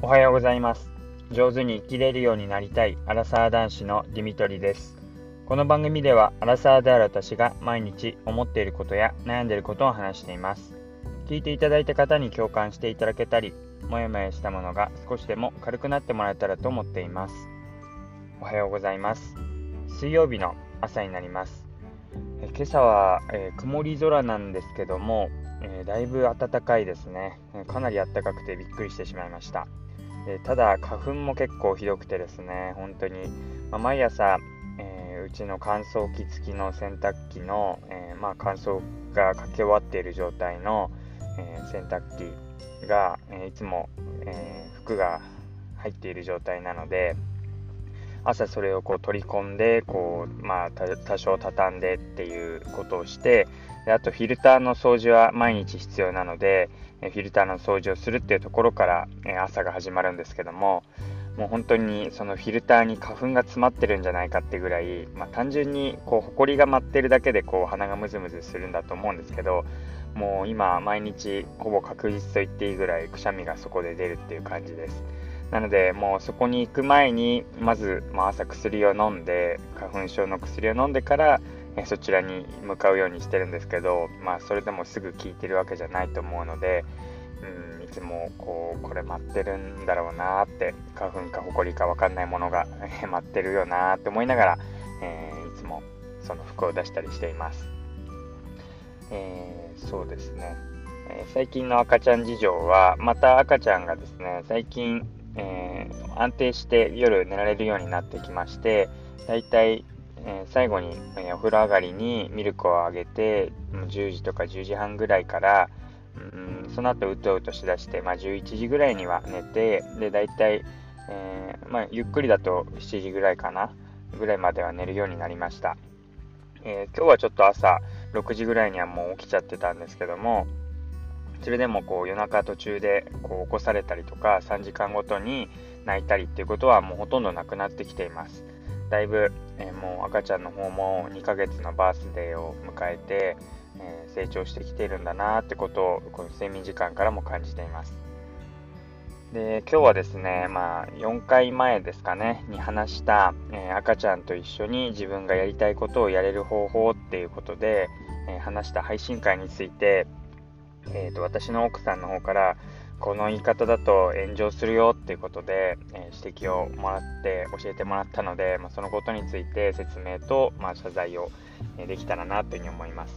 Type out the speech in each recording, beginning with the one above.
おはようございます。上手に生きれるようになりたいアラサー男子のディミトリです。この番組ではアラサーである私が毎日思っていることや悩んでいることを話しています。聞いていただいた方に共感していただけたり、もやもやしたものが少しでも軽くなってもらえたらと思っています。おはようございます。水曜日の朝になります。今朝は、曇り空なんですけども、だいぶ暖かいですね。かなり暖かくてびっくりしてしまいました。ただ花粉も結構ひどくてですね、本当に、毎朝、うちの乾燥機付きの洗濯機の、乾燥がかけ終わっている状態の、洗濯機が、いつも、服が入っている状態なので、朝それを取り込んで多少畳んでっていうことをして、であとフィルターの掃除は毎日必要なので、フィルターの掃除をするっていうところから、朝が始まるんですけども、もう本当にそのフィルターに花粉が詰まってるんじゃないかってぐらい、単純にホコリが舞ってるだけで鼻がムズムズするんだと思うんですけど、もう今毎日ほぼ確実と言っていいぐらいくしゃみがそこで出るっていう感じです。なのでもうそこに行く前にまず、朝薬を飲んで、花粉症の薬を飲んでからそちらに向かうようにしてるんですけど、それでもすぐ効いてるわけじゃないと思うので、いつもこれ待ってるんだろうなって、花粉かホコリか分かんないものが待ってるよなって思いながら、いつもその服を出したりしています。そうですね、最近の赤ちゃん事情は、また赤ちゃんがですね、最近安定して夜寝られるようになってきまして、だいたい最後に、お風呂上がりにミルクをあげて10時とか10時半ぐらいから、その後うとうとしだして、11時ぐらいには寝て、でだいたい、ゆっくりだと7時ぐらいかなぐらいまでは寝るようになりました。今日はちょっと朝6時ぐらいにはもう起きちゃってたんですけども、それでも夜中途中で起こされたりとか、3時間ごとに泣いたりっていうことはもうほとんどなくなってきています。だいぶ、もう赤ちゃんの方も2ヶ月のバースデーを迎えて、成長してきているんだなってことをこの睡眠時間からも感じています。で、今日はですね、4回前ですかねに話した、赤ちゃんと一緒に自分がやりたいことをやれる方法っていうことで、話した配信会について、私の奥さんの方からこの言い方だと炎上するよっていうことで、指摘をもらって教えてもらったので、そのことについて説明と、謝罪を、できたらなというふうに思います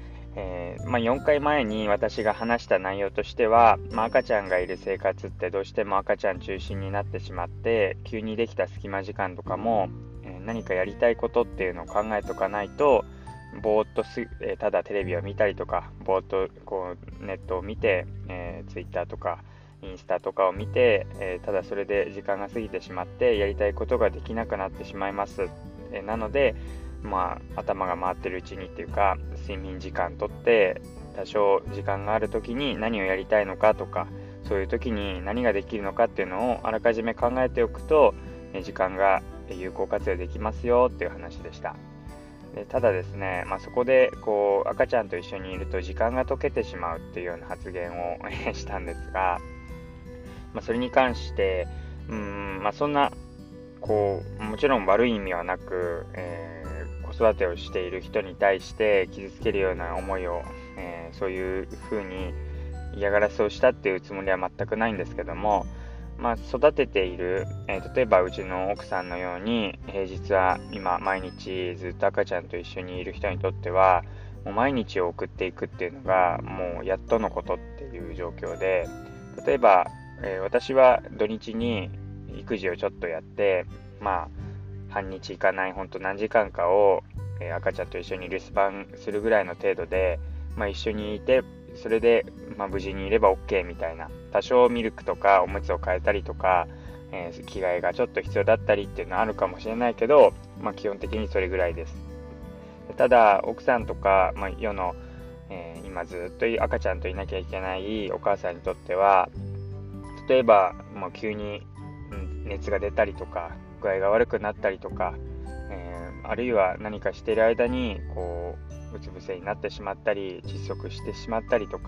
。4回前に私が話した内容としては、赤ちゃんがいる生活ってどうしても赤ちゃん中心になってしまって、急にできた隙間時間とかも、何かやりたいことっていうのを考えとかないと、ぼーっとただテレビを見たりとか、ぼーっとネットを見て、ツイッターとかインスタとかを見て、ただそれで時間が過ぎてしまってやりたいことができなくなってしまいます。なので、頭が回ってるうちにっていうか、睡眠時間とって多少時間がある時に何をやりたいのかとか、そういう時に何ができるのかっていうのをあらかじめ考えておくと、時間が有効活用できますよっていう話でした。でただですね、そこで赤ちゃんと一緒にいると時間が解けてしまうっていうような発言をしたんですが、それに関してそんなもちろん悪い意味はなく、子育てをしている人に対して傷つけるような思いを、そういう風に嫌がらせをしたっていうつもりは全くないんですけども、育てている、例えばうちの奥さんのように平日は今毎日ずっと赤ちゃんと一緒にいる人にとっては、もう毎日を送っていくっていうのがもうやっとのことっていう状況で、例えば、私は土日に育児をちょっとやって、半日いかない本当何時間かを、赤ちゃんと一緒に留守番するぐらいの程度で、一緒にいて、それで、無事にいれば OK みたいな、多少ミルクとかおむつを変えたりとか、着替えがちょっと必要だったりっていうのはあるかもしれないけど、基本的にそれぐらいです。ただ奥さんとか、世の、今ずっと赤ちゃんといなきゃいけないお母さんにとっては、例えば急に熱が出たりとか具合が悪くなったりとか、あるいは何かしている間にうつ伏せになってしまったり窒息してしまったりとか、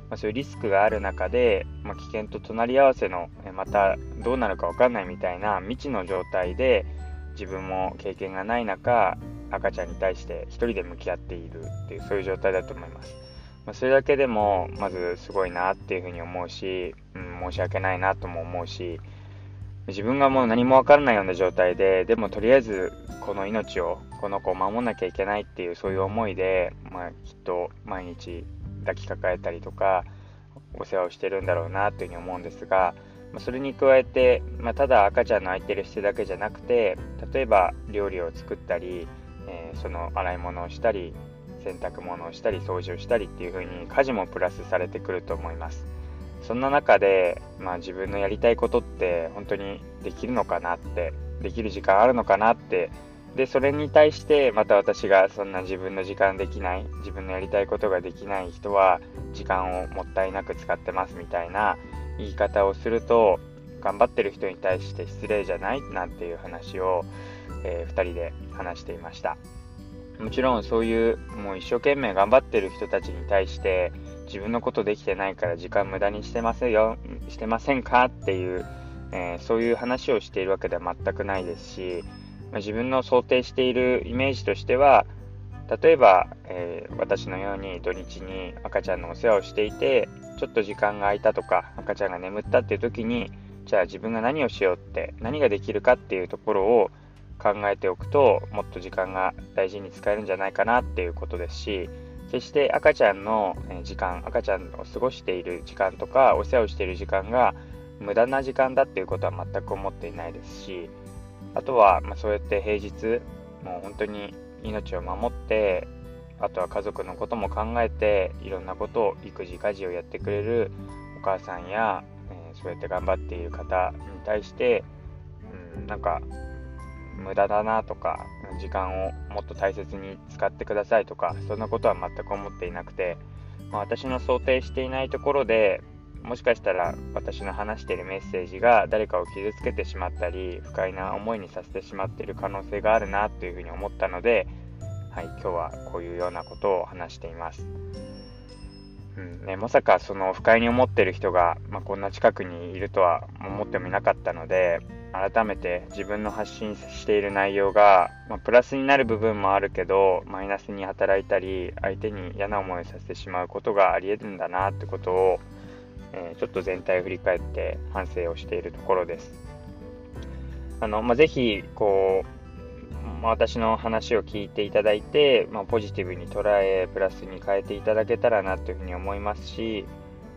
そういうリスクがある中で、危険と隣り合わせの、またどうなるか分かんないみたいな未知の状態で、自分も経験がない中、赤ちゃんに対して一人で向き合っているっていう、そういう状態だと思います。それだけでもまずすごいなっていうふうに思うし、申し訳ないなとも思うし、自分がもう何も分からないような状態で、でもとりあえずこの命を、この子を守んなきゃいけないっていう、そういう思いで、きっと毎日抱きかかえたりとかお世話をしてるんだろうなというふうに思うんですが、それに加えて、ただ赤ちゃんの空いてる姿勢だけじゃなくて、例えば料理を作ったり、その洗い物をしたり、洗濯物をしたり、掃除をしたりっていう風に家事もプラスされてくると思います。そんな中で、自分のやりたいことって本当にできるのかなって、できる時間あるのかなって、でそれに対してまた私がそんな自分の時間できない、自分のやりたいことができない人は時間をもったいなく使ってますみたいな言い方をすると、頑張ってる人に対して失礼じゃないなんていう話を、2人で話していました。もちろんそういうもう一生懸命頑張ってる人たちに対して、自分のことできてないから時間無駄にしてませんかっていう、そういう話をしているわけでは全くないですし、自分の想定しているイメージとしては、例えば、私のように土日に赤ちゃんのお世話をしていて、ちょっと時間が空いたとか赤ちゃんが眠ったっていう時に、じゃあ自分が何をしようって、何ができるかっていうところを考えておくと、もっと時間が大事に使えるんじゃないかなっていうことですし、決して赤ちゃんの時間、赤ちゃんを過ごしている時間とかお世話をしている時間が無駄な時間だっていうことは全く思っていないですし、あとは、そうやって平日もう本当に命を守って、あとは家族のことも考えて、いろんなことを育児家事をやってくれるお母さんや、そうやって頑張っている方に対して、なんか無駄だなとか、時間をもっと大切に使ってくださいとか、そんなことは全く思っていなくて、私の想定していないところで、もしかしたら私の話しているメッセージが誰かを傷つけてしまったり、不快な思いにさせてしまっている可能性があるなというふうに思ったので、今日はこういうようなことを話しています。まさかその不快に思っている人が、こんな近くにいるとは思ってもいなかったので、改めて自分の発信している内容が、プラスになる部分もあるけどマイナスに働いたり、相手に嫌な思いをさせてしまうことがあり得るんだなってことを、ちょっと全体を振り返って反省をしているところです。ぜひ私の話を聞いていただいて、ポジティブに捉えプラスに変えていただけたらなというふうに思いますし、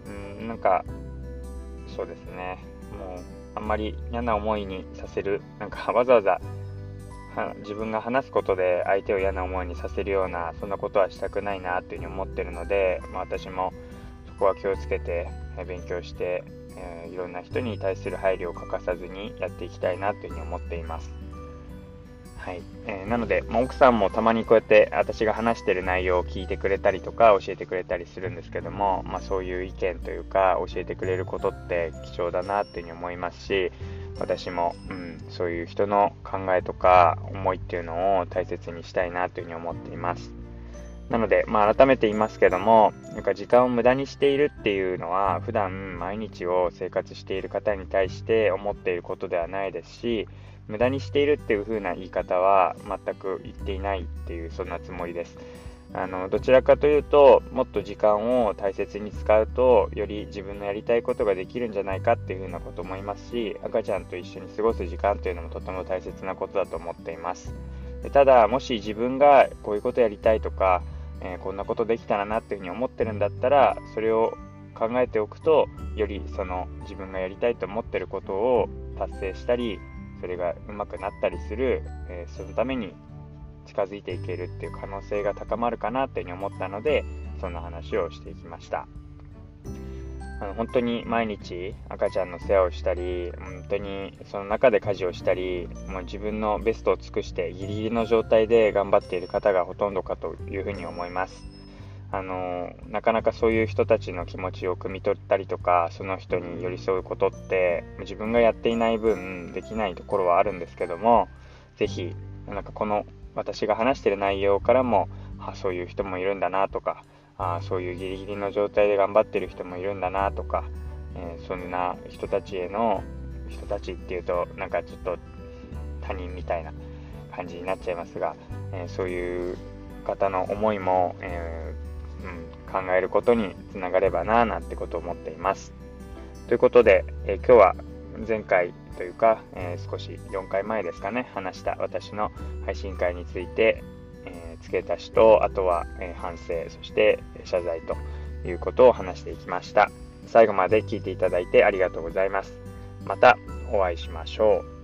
そうですね、もうあんまり嫌な思いにさせる、わざわざ自分が話すことで相手を嫌な思いにさせるような、そんなことはしたくないなというふうに思っているので、私もそこは気をつけて勉強して、いろんな人に対する配慮を欠かさずにやっていきたいなというふうに思っています。なので、奥さんもたまにこうやって私が話している内容を聞いてくれたりとか教えてくれたりするんですけども、そういう意見というか教えてくれることって貴重だなっていうふうに思いますし、私も、そういう人の考えとか思いっていうのを大切にしたいなというふうに思っています。なので、改めて言いますけども、時間を無駄にしているっていうのは普段毎日を生活している方に対して思っていることではないですし、無駄にしているっていう風な言い方は全く言っていないっていう、そんなつもりです。どちらかというと、もっと時間を大切に使うとより自分のやりたいことができるんじゃないかっていう風なこと思いますし、赤ちゃんと一緒に過ごす時間というのもとても大切なことだと思っています。ただ、もし自分がこういうことやりたいとか、こんなことできたらなっていうふうに思ってるんだったら、それを考えておくと、よりその自分がやりたいと思ってることを達成したり、それがうまくなったりする、そのために近づいていけるっていう可能性が高まるかなっていうふうに思ったので、そんな話をしていきました。本当に毎日赤ちゃんの世話をしたり、本当にその中で家事をしたり、もう自分のベストを尽くしてギリギリの状態で頑張っている方がほとんどかというふうに思います。なかなかそういう人たちの気持ちを汲み取ったりとか、その人に寄り添うことって自分がやっていない分できないところはあるんですけども、ぜひこの私が話している内容からも、そういう人もいるんだなとか、 そういうギリギリの状態で頑張ってる人もいるんだなとか、そんな人たちっていうとなんかちょっと他人みたいな感じになっちゃいますが、そういう方の思いも、考えることにつながればななんてことを思っています。ということで、今日は前回というか、少し4回前ですかね、話した私の配信会について、付け足しと、あとは、反省、そして謝罪ということを話していきました。最後まで聞いていただいてありがとうございます。またお会いしましょう。